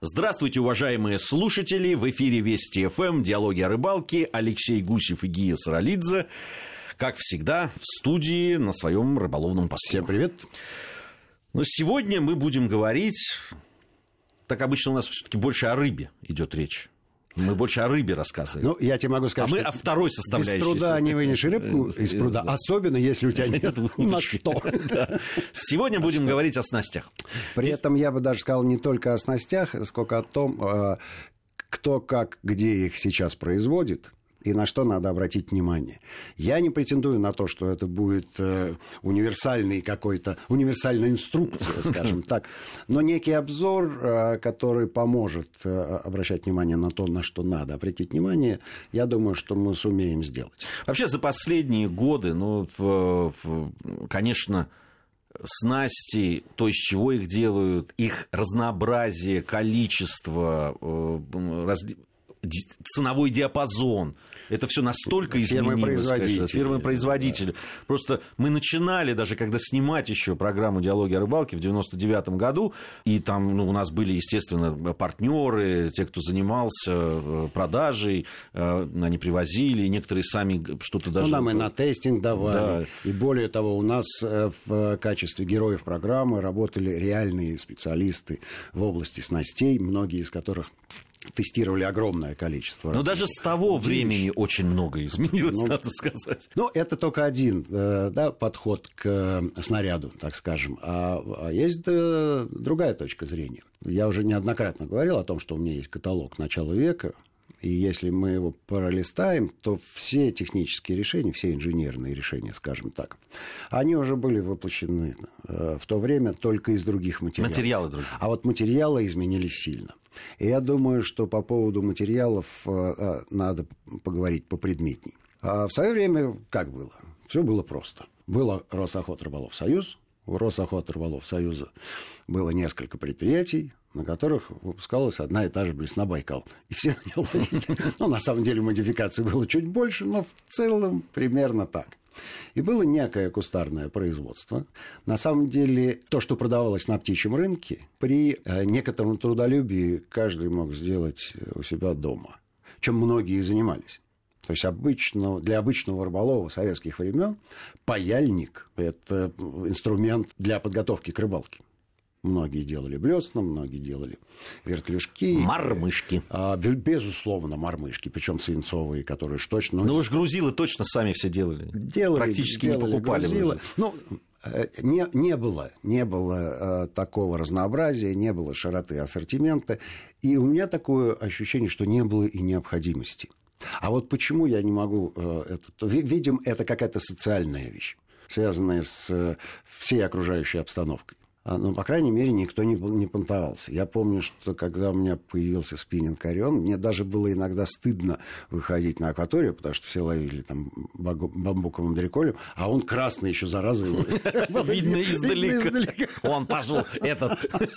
Здравствуйте, уважаемые слушатели! В эфире Вести ФМ, диалоги о рыбалке. Алексей Гусев и Гия Саралидзе, как всегда, в студии на своем рыболовном посту. Всем привет! Но сегодня мы будем говорить... Так обычно у нас все-таки больше о рыбе идет речь. Мы больше о рыбе рассказываем. Ну, я тебе могу сказать, мы о второй составляющей. Без труда не вынешь рыбку из пруда, особенно если у тебя нет на что. Сегодня будем говорить о снастях. При этом я бы даже сказал не только о снастях, сколько о том, кто, как, где их сейчас производит и на что надо обратить внимание. Я не претендую на то, что это будет универсальная инструкция, скажем так, но некий обзор, который поможет обращать внимание на то, на что надо обратить внимание, я думаю, что мы сумеем сделать. Вообще за последние годы, конечно, снасти, то, из чего их делают, их разнообразие, количество, ценовой диапазон. Это все настолько изменилось. Фирмы-производители. Просто мы начинали, даже когда снимать еще программу «Диалоги о рыбалке» в 99-м году, и там у нас были, естественно, партнеры, те, кто занимался продажей, они привозили, и некоторые сами что-то даже... нам и на тестинг давали. Да. И более того, у нас в качестве героев программы работали реальные специалисты в области снастей, многие из которых тестировали огромное количество. Но даже с того времени очень много изменилось, надо сказать. Ну, это только один подход к снаряду, так скажем. А есть другая точка зрения. Я уже неоднократно говорил о том, что у меня есть каталог начала века. И если мы его пролистаем, то все технические решения, все инженерные решения, скажем так, они уже были воплощены в то время только из других материалов. Материалы другие. А вот материалы изменились сильно. И я думаю, что по поводу материалов надо поговорить попредметней. А в свое время как было? Все было просто. Было Росохотрыболовсоюз. У Росохотрыболовсоюза было несколько предприятий, на которых выпускалась одна и та же блесна Байкал. И все на нее ловили. Ну, на самом деле, модификаций было чуть больше, но в целом примерно так. И было некое кустарное производство. На самом деле, то, что продавалось на птичьем рынке, при некотором трудолюбии каждый мог сделать у себя дома, чем многие и занимались. То есть для обычного рыболова советских времен паяльник – это инструмент для подготовки к рыбалке. Многие делали блесна, многие делали вертлюжки. Мормышки. Безусловно, мормышки, причем свинцовые, которые уж точно... Ну, уж грузилы точно сами все делали. Практически не покупали. Грузилы. Ну, не было такого разнообразия, не было широты ассортимента. И у меня такое ощущение, что не было и необходимости. А вот почему я не могу... Видим, это какая-то социальная вещь, связанная с всей окружающей обстановкой. Ну, по крайней мере, никто не понтовался. Я помню, что когда у меня появился спиннинг Орион, мне даже было иногда стыдно выходить на акваторию, потому что все ловили там бамбуковым дреколем, а он красный еще, зараза. Видно издалека. Он пошел этот.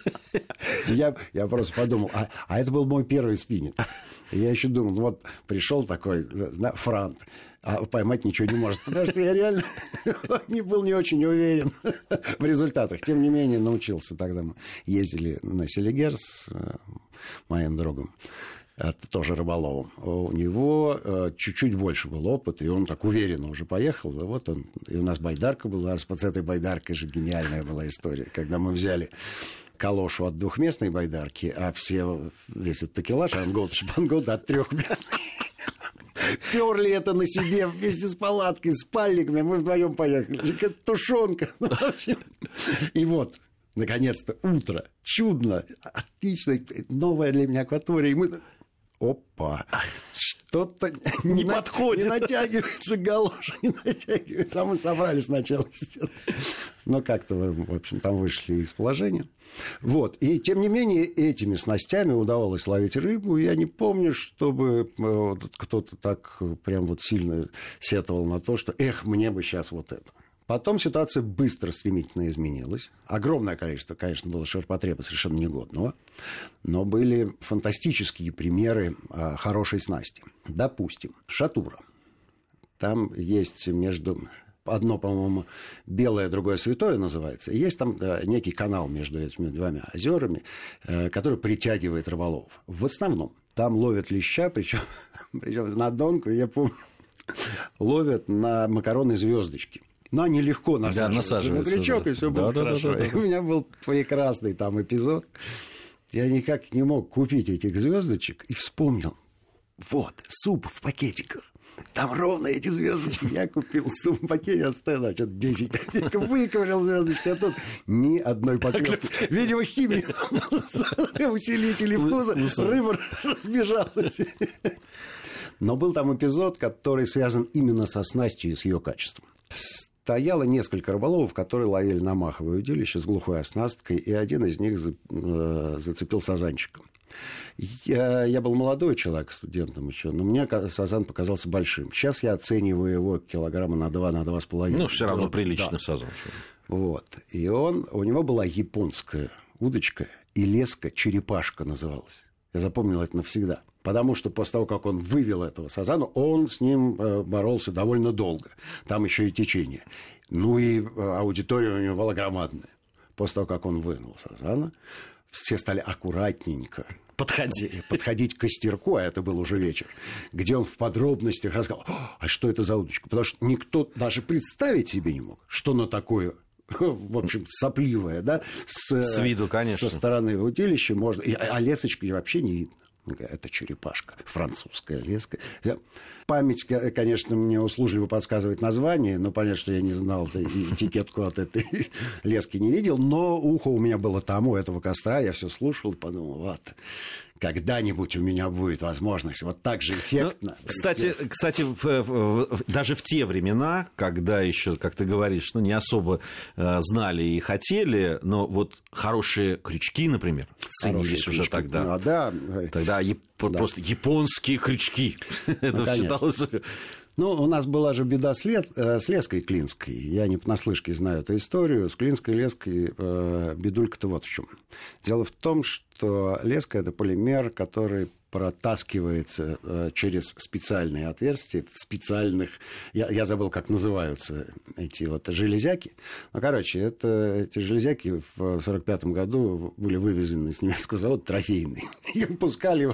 Я просто подумал, а это был мой первый спиннинг. Я еще думал, вот пришел такой франт, а поймать ничего не может. Потому что я реально был не очень уверен в результатах. Тем не менее, научился. Тогда мы ездили на Селигер с моим другом, тоже рыболовом. У него чуть-чуть больше был опыт, и он так уверенно уже поехал. Вот он, и у нас байдарка была, с этой байдаркой же гениальная была история. Когда мы взяли калошу от двухместной байдарки, а весь этот такелаж, шпангоут от трехместной. Перли это на себе вместе с палаткой, с спальниками. Мы вдвоем поехали. Какая-то тушенка. И вот, наконец-то, утро. Чудно. Отлично. Новая для меня акватория. И мы... Опа. Что-то не подходит. Не натягивается галоша, не натягивается. А мы собрали сначала. Но как-то, в общем, там вышли из положения. Вот. И, тем не менее, этими снастями удавалось ловить рыбу. Я не помню, чтобы кто-то так прям вот сильно сетовал на то, что мне бы сейчас вот это. Потом ситуация быстро, стремительно изменилась. Огромное количество, конечно, было ширпотреба совершенно негодного. Но были фантастические примеры хорошей снасти. Допустим, шатура. Там есть между одно, по-моему, белое, другое святое называется. И есть там некий канал между этими двумя озерами, который притягивает рыболовов. В основном там ловят леща, причем на донку, я помню, ловят на макаронные звездочки. Но они легко насаживаются на крючок, и все было хорошо. И у меня был прекрасный там эпизод. Я никак не мог купить этих звездочек и вспомнил. Вот, суп в пакетиках. Там ровно эти звездочки. Я купил суп в пакете, отстоял, 10 копеек, выковырял звездочки, а тут ни одной поклевки. Видимо, химия, усилители вкуса, рыба разбежалась. Но был там эпизод, который связан именно со снастью и с ее качеством. Стояло несколько рыболовов, которые ловили на маховое удилище с глухой оснасткой, и один из них зацепил сазанчиком. Я был молодой человек, студентом еще, но мне сазан показался большим. Сейчас я оцениваю его килограмма на 2, на 2,5. Ну, все равно приличный сазан. Вот. И у него была японская удочка, и леска «Черепашка» называлась. Я запомнил это навсегда. Потому что после того, как он вывел этого сазана, он с ним боролся довольно долго. Там еще и течение. Ну и аудитория у него была громадная. После того, как он вынул сазана, все стали аккуратненько подходить к костерку, а это был уже вечер, где он в подробностях рассказал, а что это за удочка? Потому что никто даже представить себе не мог, что на такое, в общем, сопливое, да, с виду, конечно. Со стороны удилища можно, а лесочки вообще не видно. Это черепашка, французская леска. Память, конечно, мне услужливо подсказывает название, но понятно, что я не знал, этикетку от этой лески не видел, но ухо у меня было там, у этого костра, я все слушал и подумал, вот, когда-нибудь у меня будет возможность вот так же эффектно. Ну, кстати, даже в те времена, когда еще, как ты говоришь, не особо знали и хотели, но вот хорошие крючки, например, ценились уже тогда. Тогда просто японские крючки. Это считалось... Ну, у нас была же беда с леской клинской. Я не понаслышке знаю эту историю. С клинской леской бедулька-то вот в чем. Дело в том, что леска – это полимер, который протаскивается через специальные отверстия в специальных... Я забыл, как называются эти вот железяки. Ну, короче, эти железяки в 1945 году были вывезены с немецкого завода трофейные. И выпускали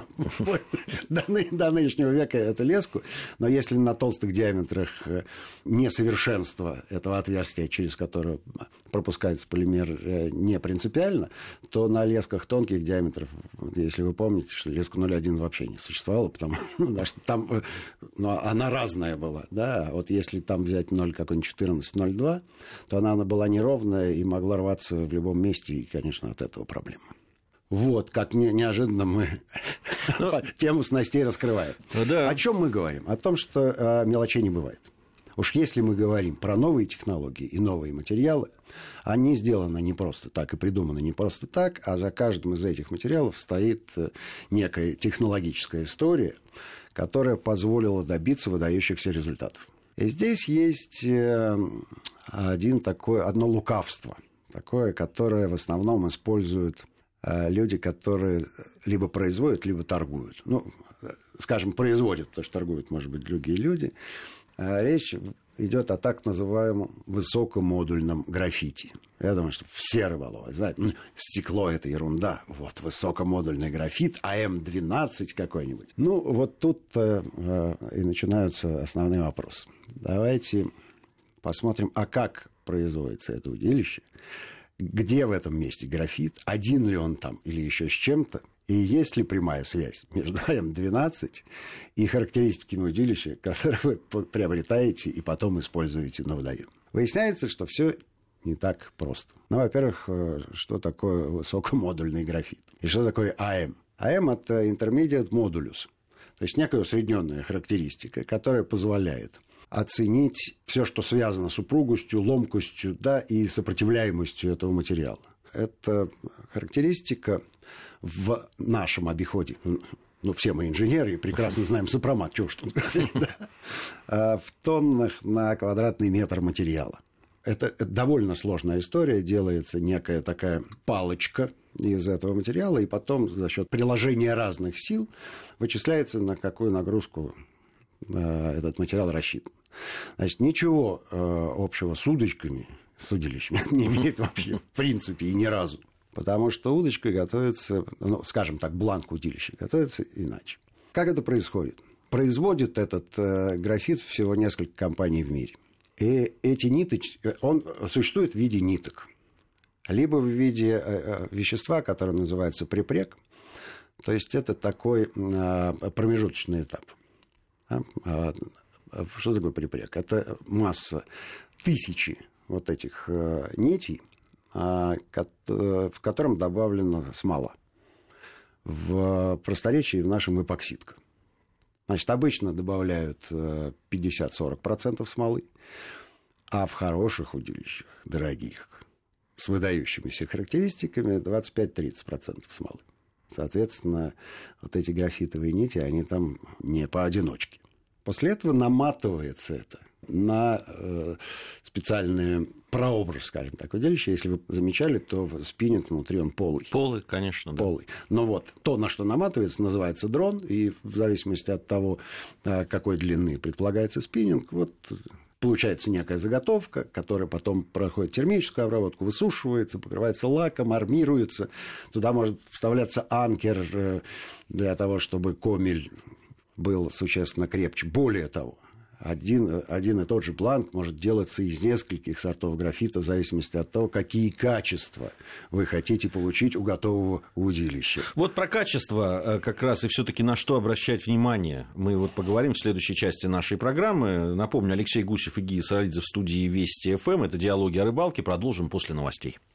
до нынешнего века эту леску. Но если на толстых диаметрах несовершенство этого отверстия, через которое пропускается полимер, не принципиально, то на лесках тонких диаметров, если вы помните, что леску 0,1 вообще не существовало, потому что там она разная была. Да? Вот если там взять 0,14, 0,2, то она была неровная и могла рваться в любом месте, и, конечно, от этого проблема. Вот, как неожиданно мы тему снастей раскрываем. Да. О чем мы говорим? О том, что мелочей не бывает. Уж если мы говорим про новые технологии и новые материалы, они сделаны не просто так и придуманы не просто так, а за каждым из этих материалов стоит некая технологическая история, которая позволила добиться выдающихся результатов. И здесь есть одно лукавство, такое, которое в основном используют люди, которые либо производят, либо торгуют. Ну, скажем, производят, потому что торгуют, может быть, другие люди. Речь идет о так называемом высокомодульном граффити. Я думаю, что все рыболовы знают, стекло – это ерунда. Вот высокомодульный граффит, АМ-12 какой-нибудь. Ну, вот тут и начинаются основные вопросы. Давайте посмотрим, а как производится это удилище, где в этом месте граффит, один ли он там или еще с чем-то, и есть ли прямая связь между АМ-12 и характеристиками удилища, которые вы приобретаете и потом используете на водоеме. Выясняется, что все не так просто. Ну, во-первых, что такое высокомодульный граффит? И что такое АМ? АМ – это Intermediate Modulus, то есть некая усредненная характеристика, которая позволяет оценить все, что связано с упругостью, ломкостью, да, и сопротивляемостью этого материала. Это характеристика в нашем обиходе. Ну, все мы инженеры и прекрасно знаем сопромат, чего уж тут говорить, в тоннах на квадратный метр материала. Это довольно сложная история. Делается некая такая палочка из этого материала, и потом за счет приложения разных сил вычисляется, на какую нагрузку этот материал рассчитан. Значит, ничего общего с удочками, с удилищами не имеет вообще в принципе и ни разу. Потому что удочка готовится, ну, скажем так, бланк удилища готовится иначе. Как это происходит? Производит этот графит всего несколько компаний в мире. И эти ниточки, он существует в виде ниток. Либо в виде вещества, которое называется припрек. То есть это такой промежуточный этап. Что такое припрек? Это масса, тысячи вот этих нитей, в котором добавлена смола. В просторечии в нашем эпоксидка. Значит, обычно добавляют 50-40% смолы, а в хороших удилищах, дорогих, с выдающимися характеристиками 25-30% смолы. Соответственно, вот эти графитовые нити, они там не поодиночке. После этого наматывается это на специальный прообраз, скажем так, удилища. Если вы замечали, то спиннинг внутри он полый. Полый, конечно, да. Полый. Но вот то, на что наматывается, называется дрон, и в зависимости от того, какой длины предполагается спиннинг, вот получается некая заготовка, которая потом проходит термическую обработку, высушивается, покрывается лаком, армируется. Туда может вставляться анкер для того, чтобы комель был существенно крепче. Более того, один и тот же бланк может делаться из нескольких сортов графита в зависимости от того, какие качества вы хотите получить у готового удилища. Вот про качество как раз и все-таки на что обращать внимание. Мы вот поговорим в следующей части нашей программы. Напомню, Алексей Гусев и Гия Саралидзе в студии Вести ФМ. Это «Диалоги о рыбалке». Продолжим после новостей.